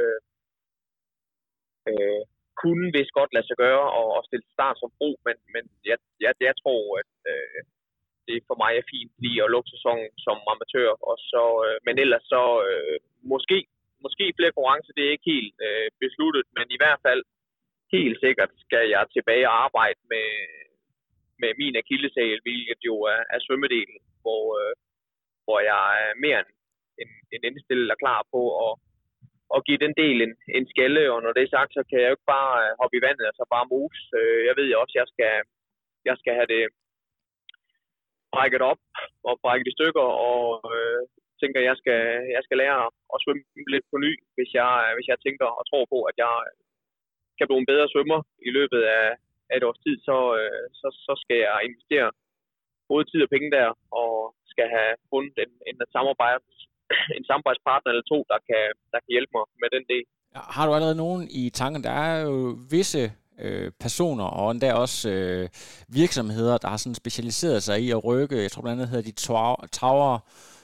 Kunne vist godt lade sig gøre og stille start som bro, men jeg tror, at det for mig er fint lige at lukke sæsonen som amatør. Og så, men ellers så måske flere konkurrencer, det er ikke helt besluttet, men i hvert fald helt sikkert skal jeg tilbage og arbejde med min akilleshæl, hvilket jo er svømmedelen, hvor jeg er mere end indstillet og klar på at give den del en skalle, og når det er sagt, så kan jeg jo ikke bare hoppe i vandet og så bare mose. Jeg ved også, at jeg skal have det brækket op og brækket i stykker, og tænker, at jeg skal lære at svømme lidt på ny, hvis jeg tænker og tror på, at jeg kan blive en bedre svømmer i løbet af et års tid, så skal jeg investere både tid og penge der, og skal have fundet en samarbejdspartner eller to, der kan hjælpe mig med den del. Har du allerede nogen i tanken? Der er jo visse personer, og endda også virksomheder, der har sådan specialiseret sig i at rykke. Jeg tror blandt andet hedder de Tower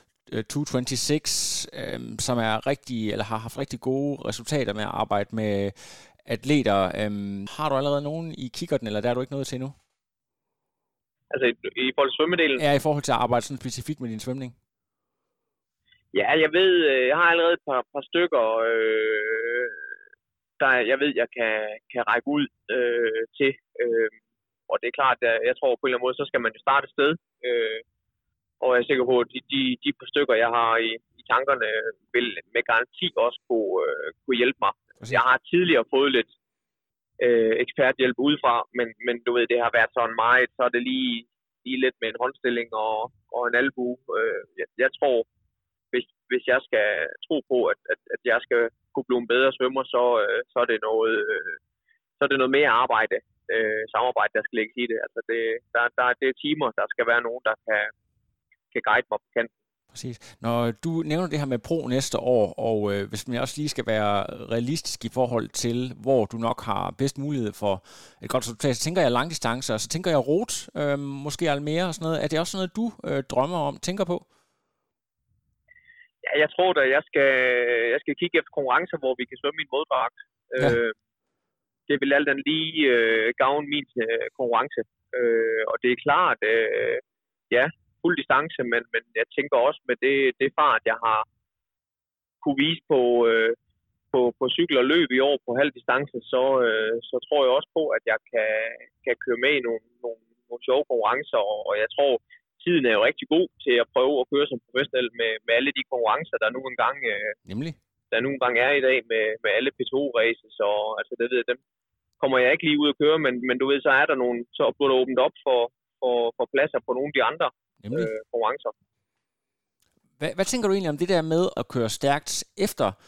226, som er eller har haft rigtig gode resultater med at arbejde med atleter. Har du allerede nogen i kikkerten, eller der er du ikke nået til endnu? Altså i forhold til svømmedelen? Ja, i forhold til at arbejde sådan specifikt med din svømning. Ja, jeg har allerede et par stykker, der jeg ved, jeg kan række ud til. Og det er klart, at jeg tror på en eller anden måde, så skal man jo starte et sted. Og jeg er sikker på, at de par stykker, jeg har i tankerne, vil med garanti også kunne hjælpe mig. Jeg har tidligere fået lidt eksperthjælp udefra, men du ved, det har været sådan meget, så er det lige lidt med en håndstilling og en albue. Jeg tror, hvis jeg skal tro på, at jeg skal kunne blive en bedre svømmer, så er det noget mere arbejde, samarbejde, der skal lægges i det. Altså det er timer, der skal være nogen, der kan guide mig på kanten. Præcis. Når du nævner det her med pro næste år, og hvis man også lige skal være realistisk i forhold til, hvor du nok har bedst mulighed for et godt resultat, så tænker jeg langdistancer, og så tænker jeg rot, måske Almere og sådan noget. Er det også noget, du drømmer om, tænker på? Ja, jeg tror da, jeg skal kigge efter konkurrencer, hvor vi kan svømme i en våddragt. Ja. Det vil alt andet lige gavne min konkurrence. Og det er klart, ja, fuld distance, men jeg tænker også med det fart, jeg har kunne vise på cykel og løb i år på halv distance, så tror jeg også på, at jeg kan køre med i nogle sjove konkurrencer, og jeg tror, tiden er jo rigtig god til at prøve at køre som professionel med alle de konkurrencer, der nu engang er i dag med alle P2-races, og altså det ved jeg, dem kommer jeg ikke lige ud at køre, men du ved, så er der så bliver der åbent op for pladser på nogle af de andre konkurrencer. Hvad tænker du egentlig om det der med at køre stærkt efter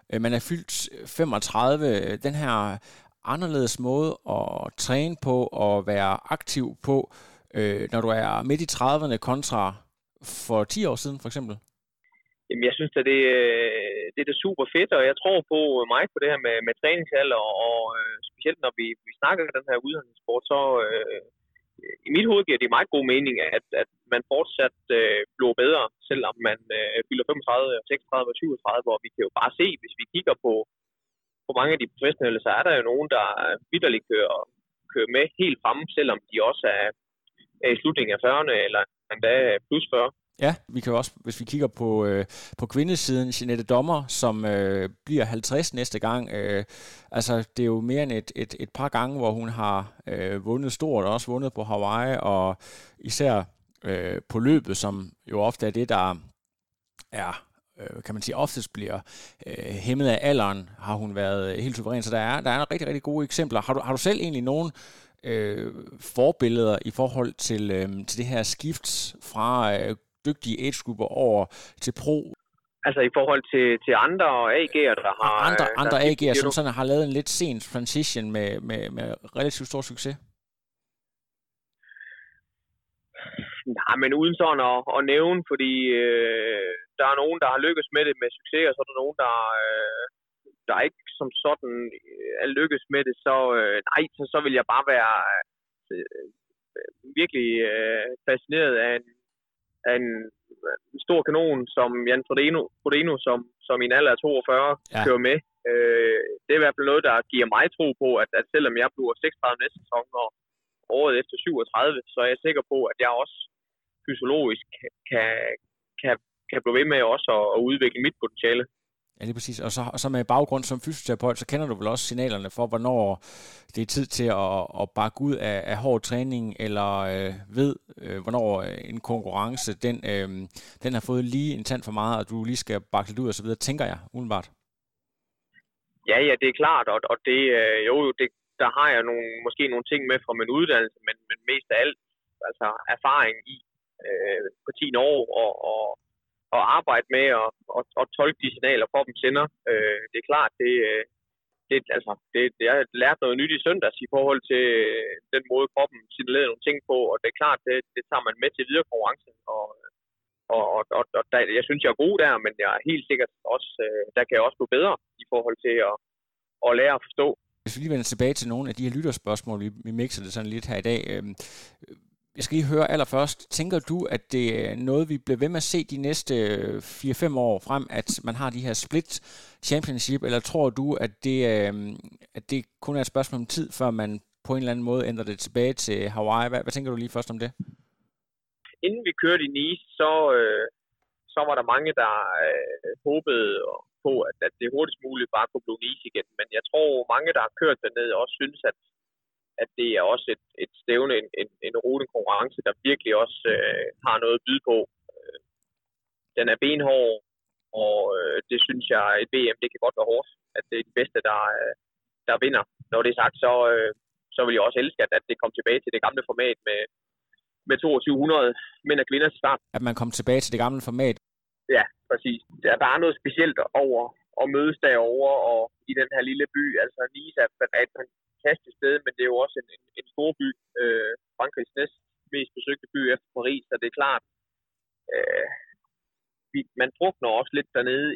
Man er fyldt 35. Den her anderledes måde at træne på og være aktiv på, når du er midt i 30'erne kontra for 10 år siden, for eksempel? Jamen, jeg synes, at det er super fedt, og jeg tror på meget på det her med træningsalder, og specielt når vi snakker om den her udholdenhedssport, så i mit hoved giver det meget god mening, at man fortsat bliver bedre, selvom man fylder 35, 36 og 37, hvor vi kan jo bare se, hvis vi kigger på mange af de professionelle, så er der jo nogen, der vitterligt kører med helt fremme, selvom de også er i slutningen af 40'erne, eller endda plus 40. Ja, vi kan jo også, hvis vi kigger på kvindesiden, Jeanette Dommer, som bliver 50 næste gang. Altså, det er jo mere end et par gange, hvor hun har vundet stort, og også vundet på Hawaii, og især på løbet, som jo ofte er det, der er, kan man sige, oftest bliver hæmmet af alderen, har hun været helt suveræn. Så der er rigtig, rigtig gode eksempler. Har du selv egentlig nogen forbilleder i forhold til det her skift fra dygtige age-grupper over til pro? Altså i forhold til andre AG'er, der har... Andre AG'er, som sådan har lavet en lidt sen transition med relativt stor succes? Nej, men uden sådan at nævne, fordi der er nogen, der har lykkes med det med succes, og så er der nogen, der ikke som sådan er lykkes med det, så nej, så vil jeg bare være virkelig fascineret af en stor kanon som Jan Frodeno, som i en alder af 42 kører med. Det er i hvert fald noget, der giver mig tro på, at selvom jeg bliver 36 næste sæson og året efter 37, så er jeg sikker på, at jeg også fysiologisk kan blive ved med også at udvikle mit potentiale. Ja, lige præcis. Og så med baggrund som fysioterapeut, så kender du vel også signalerne for, hvornår det er tid til at bakke ud af hård træning, eller ved, hvornår en konkurrence, den har fået lige en tand for meget, og du lige skal bakke lidt ud og så videre, tænker jeg, umiddelbart. Ja, det er klart, og det der har jeg måske nogle ting med fra min uddannelse, men mest af alt altså erfaring i på 10 år og arbejde med og tolke de signaler, kroppen sender. Det er klart, jeg har lært noget nyt i søndags i forhold til den måde, kroppen signalerede nogle ting på, og det er klart, det tager man med til videre konkurrence, og jeg synes, jeg er god der, men jeg er helt sikkert også, der kan jeg også blive bedre i forhold til at lære at forstå. Hvis vi lige vender tilbage til nogle af de her lytterspørgsmål, vi mixer det sådan lidt her i dag. Jeg skal lige høre allerførst, tænker du, at det er noget, vi bliver ved med at se de næste 4-5 år frem, at man har de her split championship, eller tror du, at det kun er et spørgsmål om tid, før man på en eller anden måde ændrer det tilbage til Hawaii? Hvad tænker du lige først om det? Inden vi kørte i Nice, så var der mange, der håbede på, at det hurtigst muligt bare kunne blive Nice igen. Men jeg tror, mange, der har kørt dernede, også synes, at det er også et stævne, en rutekonkurrence, der virkelig også har noget at byde på. Den er benhård, og det synes jeg, et VM, det kan godt være hårdt. At det er de bedste, der vinder. Når det er sagt, så vil jeg også elske, at det kommer tilbage til det gamle format med 2200 mænd og kvinder til start. At man kommer tilbage til det gamle format? Ja, præcis. Der er noget specielt over at mødes derovre, og i den her lille by. Altså Nice er et fantastisk sted, men det er jo også en stor by. Frankrigs næst mest besøgte by efter Paris, så det er klart, man drukner også lidt dernede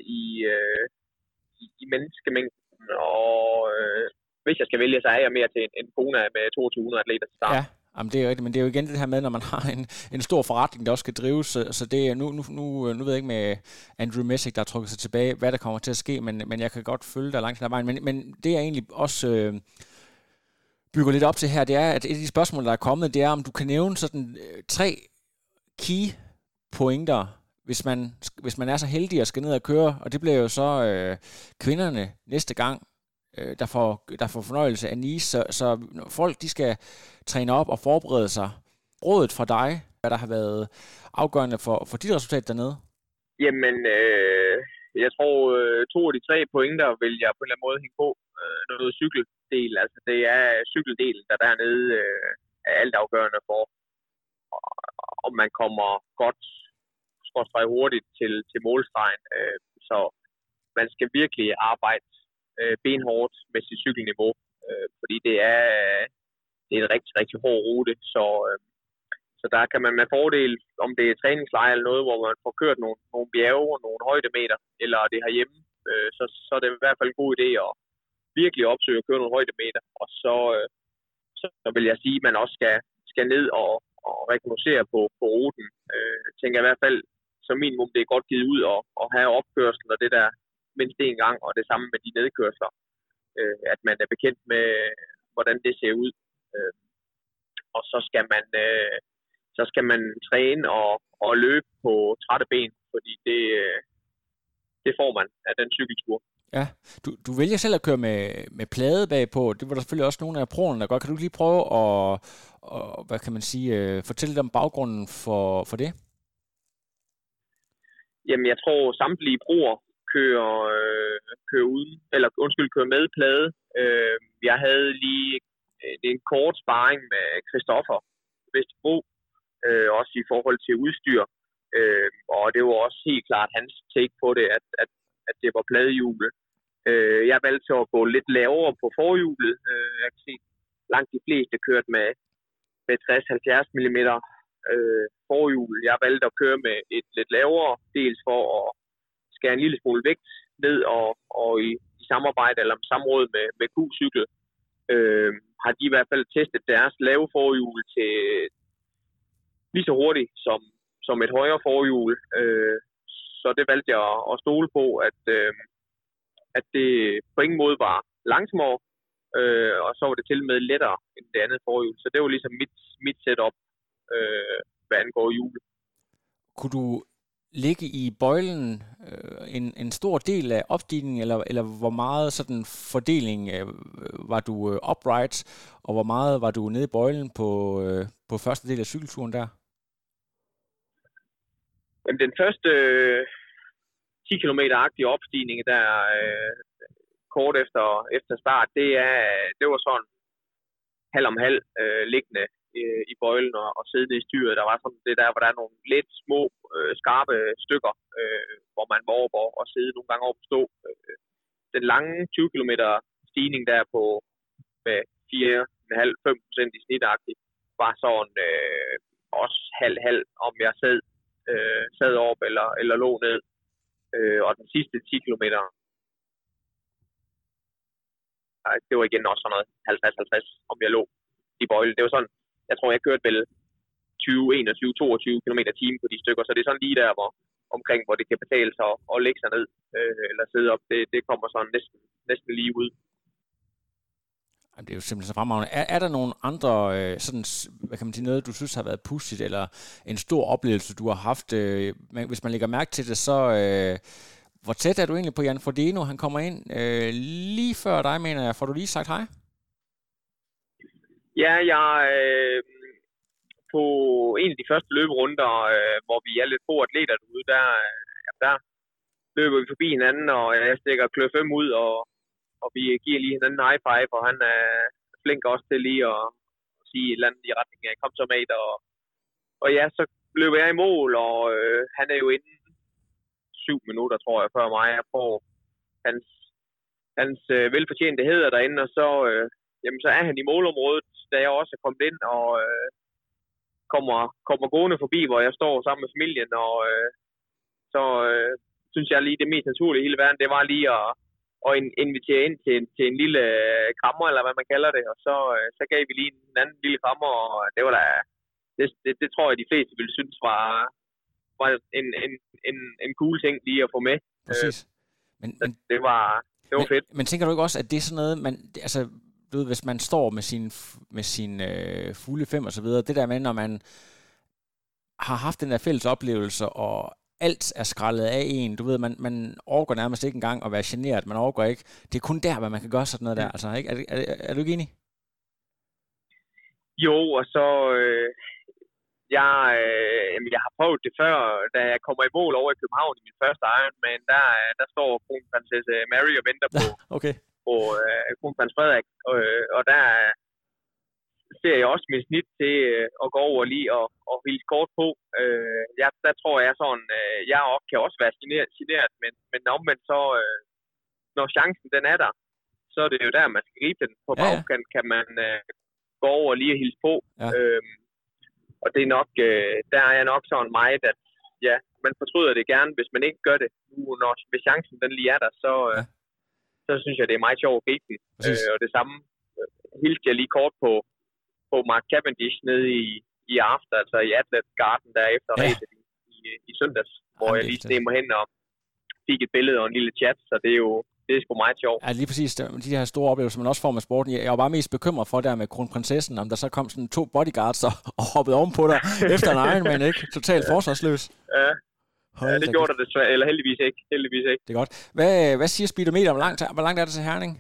i menneskemængden, og hvis jeg skal vælge, så er jeg mere til en Kona med 2200 atleter til start. Ja. Jamen, det er rigtigt, men det er jo igen det her med, når man har en stor forretning, der også skal drives, så det er nu ved jeg ikke med Andrew Messick, der har trukket sig tilbage, hvad der kommer til at ske, men jeg kan godt følge dig langt hen ad vejen. Men det jeg egentlig også bygger lidt op til her, det er, at et af de spørgsmål, der er kommet, det er, om du kan nævne sådan 3 key pointer, hvis man er så heldig at skal ned og køre, og det bliver jo så kvinderne næste gang, der får fornøjelse af Nice, så folk de skal træne op og forberede sig. Rådet fra dig, hvad der har været afgørende for dit resultat dernede? Jamen, jeg tror 2 af de 3 pointer vil jeg på en eller anden måde hænge på. Noget cykeldel, altså det er cykeldelen, der dernede er alt afgørende for, om man kommer godt hurtigt til målstregen. Så man skal virkelig arbejde benhårdt med sit cykelniveau, fordi det er en rigtig, rigtig hård rute, så der kan man med fordel, om det er træningslejr eller noget, hvor man får kørt nogle bjerge og nogle højdemeter, eller det herhjemme, så er det i hvert fald en god idé at virkelig opsøge at køre nogle højdemeter, og så vil jeg sige, at man også skal ned og rekognoscere på ruten. Jeg tænker i hvert fald, som minimum, det er godt givet ud og have opkørslen og det der mindst en gang, og det samme med de nedkørsler, at man er bekendt med, hvordan det ser ud. Og så skal man træne og løbe på trætte ben, fordi det får man af den cykeltur. Ja, du vælger selv at køre med plade bagpå. Det var der selvfølgelig også nogle af proerne, der godt. Kan du lige prøve at hvad kan man sige, fortælle lidt om baggrunden for det? Jamen, jeg tror samtlige proer kører med plade. Jeg havde lige en kort sparring med Christoffer Vesterbro, også i forhold til udstyr. Og det var også helt klart hans take på det, at det var pladehjul. Jeg valgte at gå lidt lavere på forhjulet. Jeg kan se, langt de fleste kørt med 60-70 mm forhjul. Jeg valgte at køre med et lidt lavere, dels for at skære en lille smule vægt ned, og i samarbejde eller samråd med Q-cykel, har de i hvert fald testet deres lave forhjul til lige så hurtigt som et højere forhjul. Så det valgte jeg at stole på, at det på ingen måde var langsommere, og så var det til med lettere end det andet forhjul. Så det var ligesom mit setup, hvad angår hjul. Kunne du ligge i bøjlen en stor del af opstigningen, eller hvor meget sådan fordeling var du upright, og hvor meget var du nede i bøjlen på første del af cykelturen der? Jamen, den første 10 km-agtige opstigning, der kort efter start, det var sådan halv om halv liggende i bøjlen og siddende i styret. Der var sådan det der, hvor der er nogle lidt små, skarpe stykker, hvor man var over og sidde nogle gange over på stå. Den lange 20 km stigning der på med 4,5-5% i snitagtigt, var sådan også halv, om jeg sad op eller lå ned. Og den sidste 10 km, det var igen også sådan noget 50-50, om jeg lå i bøjlen. Det var sådan, jeg tror, jeg kørte vel 20, 21, 22 km/t på de stykker, så det er sådan lige der, hvor det kan betale sig at lægge sig ned eller sidde op. Det kommer sådan næsten lige ud. Det er jo simpelthen så fremragende. Er der nogle andre, sådan, hvad kan man sige, noget, du synes har været pudsigt, eller en stor oplevelse, du har haft? Hvis man lægger mærke til det, så hvor tæt er du egentlig på Jan Frodeno? Han kommer ind lige før dig, mener jeg. Får du lige sagt hej? Ja, jeg på en af de første løberunder, hvor vi er lidt få atleter derude, der løber vi forbi hinanden, og jeg stikker klør 5 ud, og vi giver lige hinanden high five, og han er flink også til lige at sige et eller andet i retning af, kom så med, og ja, så løber jeg i mål, og han er jo inden 7 minutter, tror jeg, før mig. Jeg får hans velfortjente hæder derinde, og så er han i målområdet, da jeg også er kommet ind, og kommer gående forbi, hvor jeg står sammen med familien, og så synes jeg lige, det mest naturlige i hele verden, det var lige at invitere ind til en lille krammer, eller hvad man kalder det, og så gav vi lige en anden lille krammer, og det var da, det tror jeg, de fleste ville synes var en cool ting lige at få med. Præcis. Men det var fedt. Men tænker du ikke også, at det er sådan noget, altså, du ved, hvis man står med sin fulde 5 og så videre, det der med, når man har haft den der fælles oplevelse, og alt er skrællet af en, du ved, man overgår nærmest ikke engang at være generet, man overgår ikke. Det er kun der, hvad man kan gøre sådan noget der, altså, ikke? Er du ikke enig? Jo, og så jeg har prøvet det før, da jeg kommer i mål over i København i min første Ironman, der står kronprinsesse Mary og venter på, okay. på kronprins Frederik, og der ser jeg også mit snit til at gå over lige og hilse kort på. Der tror jeg sådan, jeg kan også være generet, men omvendt så, når chancen den er der, så er det jo der, man skal gribe den. På bagkant kan man gå over lige og hilse på. Ja. Og det er nok, der er jeg nok sådan meget, at ja, man fortryder det gerne, hvis man ikke gør det. Nu, hvis chancen den lige er der, så synes jeg, det er meget sjovt at gribe den. Og det samme hilste jeg lige kort på Mark Cavendish nede i aften, altså i Atlet Garden, der efter ræset i søndags, hvor jeg lige steg mig hen og fik et billede og en lille chat, så det er sgu meget sjovt. Ja, lige præcis. De her store oplevelser, man også får med sporten. Jeg var bare mest bekymret for der med kronprinsessen, om der så kom sådan 2 bodyguards og hoppede ovenpå dig efter en Ironman, ikke? Totalt forsvarsløs. Ja, det gjorde der desværre, eller heldigvis ikke. Det er godt. Hvad siger speedometer? Hvor langt er det til Herning?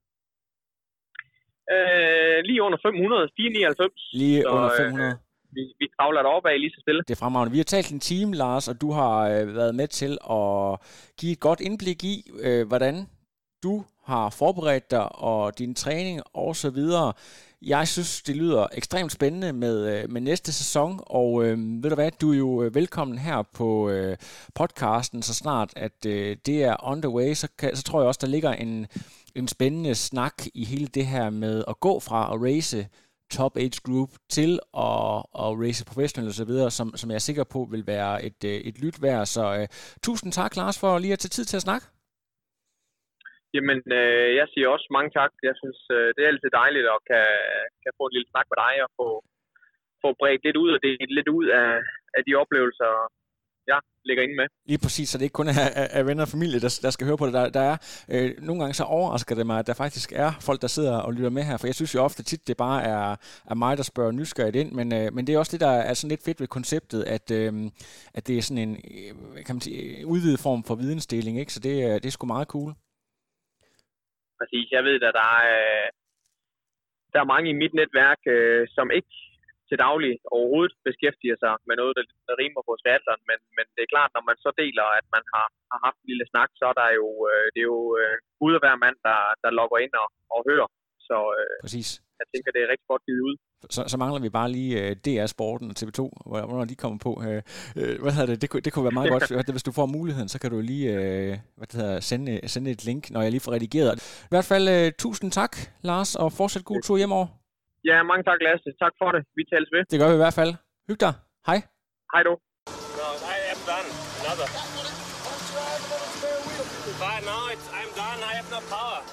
Lige under 500, 499. Lige under 500. Vi kravler deroppe af lige så stille. Det er fremragende. Vi har talt en time, Lars, og du har været med til at give et godt indblik i, hvordan du har forberedt dig, og din træning og så videre. Jeg synes, det lyder ekstremt spændende med næste sæson, og ved du hvad, du er jo velkommen her på podcasten, så snart at det er on the way, så tror jeg også, der ligger en spændende snak i hele det her med at gå fra at race top age group til at race professional og så videre, som jeg er sikker på vil være et lyt værd. Så tusind tak, Lars, for lige at tage tid til at snakke. Jamen, jeg siger også mange tak. Jeg synes, det er altid dejligt at kan få en lille snak med dig og få bredt lidt ud og det lidt ud af de oplevelser, jeg ligger inde med. Lige præcis, så det ikke kun er venner og familie, der skal høre på det. Der er nogle gange så overrasker det mig, at der faktisk er folk, der sidder og lytter med her, for jeg synes jo ofte tit, det bare er mig, der spørger nysgerrigt ind, men det er også det, der er sådan lidt fedt ved konceptet, at det er sådan en, kan man sige, udvidet form for vidensdeling, ikke? Så det er sgu meget cool. Præcis, jeg ved, at der er mange i mit netværk, som ikke til daglig overhovedet beskæftiger sig med noget, der rimer på triathlon, men det er klart, når man så deler, at man har haft en lille snak, så er der jo, det er jo Gud og hver mand, der logger ind og hører. Så præcis. Jeg tænker, det er rigtig godt givet ud. Så mangler vi bare lige DR Sporten og TV2, hvornår de kommer på. Hvad hedder det? Det kunne være meget godt. Hvis du får muligheden, så kan du lige sende et link, når jeg lige får redigeret. I hvert fald tusind tak, Lars, og fortsæt god tur hjemover. Ja, mange tak, Lasse. Tak for det. Vi tales ved. Det gør vi i hvert fald. Hyg dig. Hej. Hej du. No, I am done. Another. But no, I'm done. I have no power.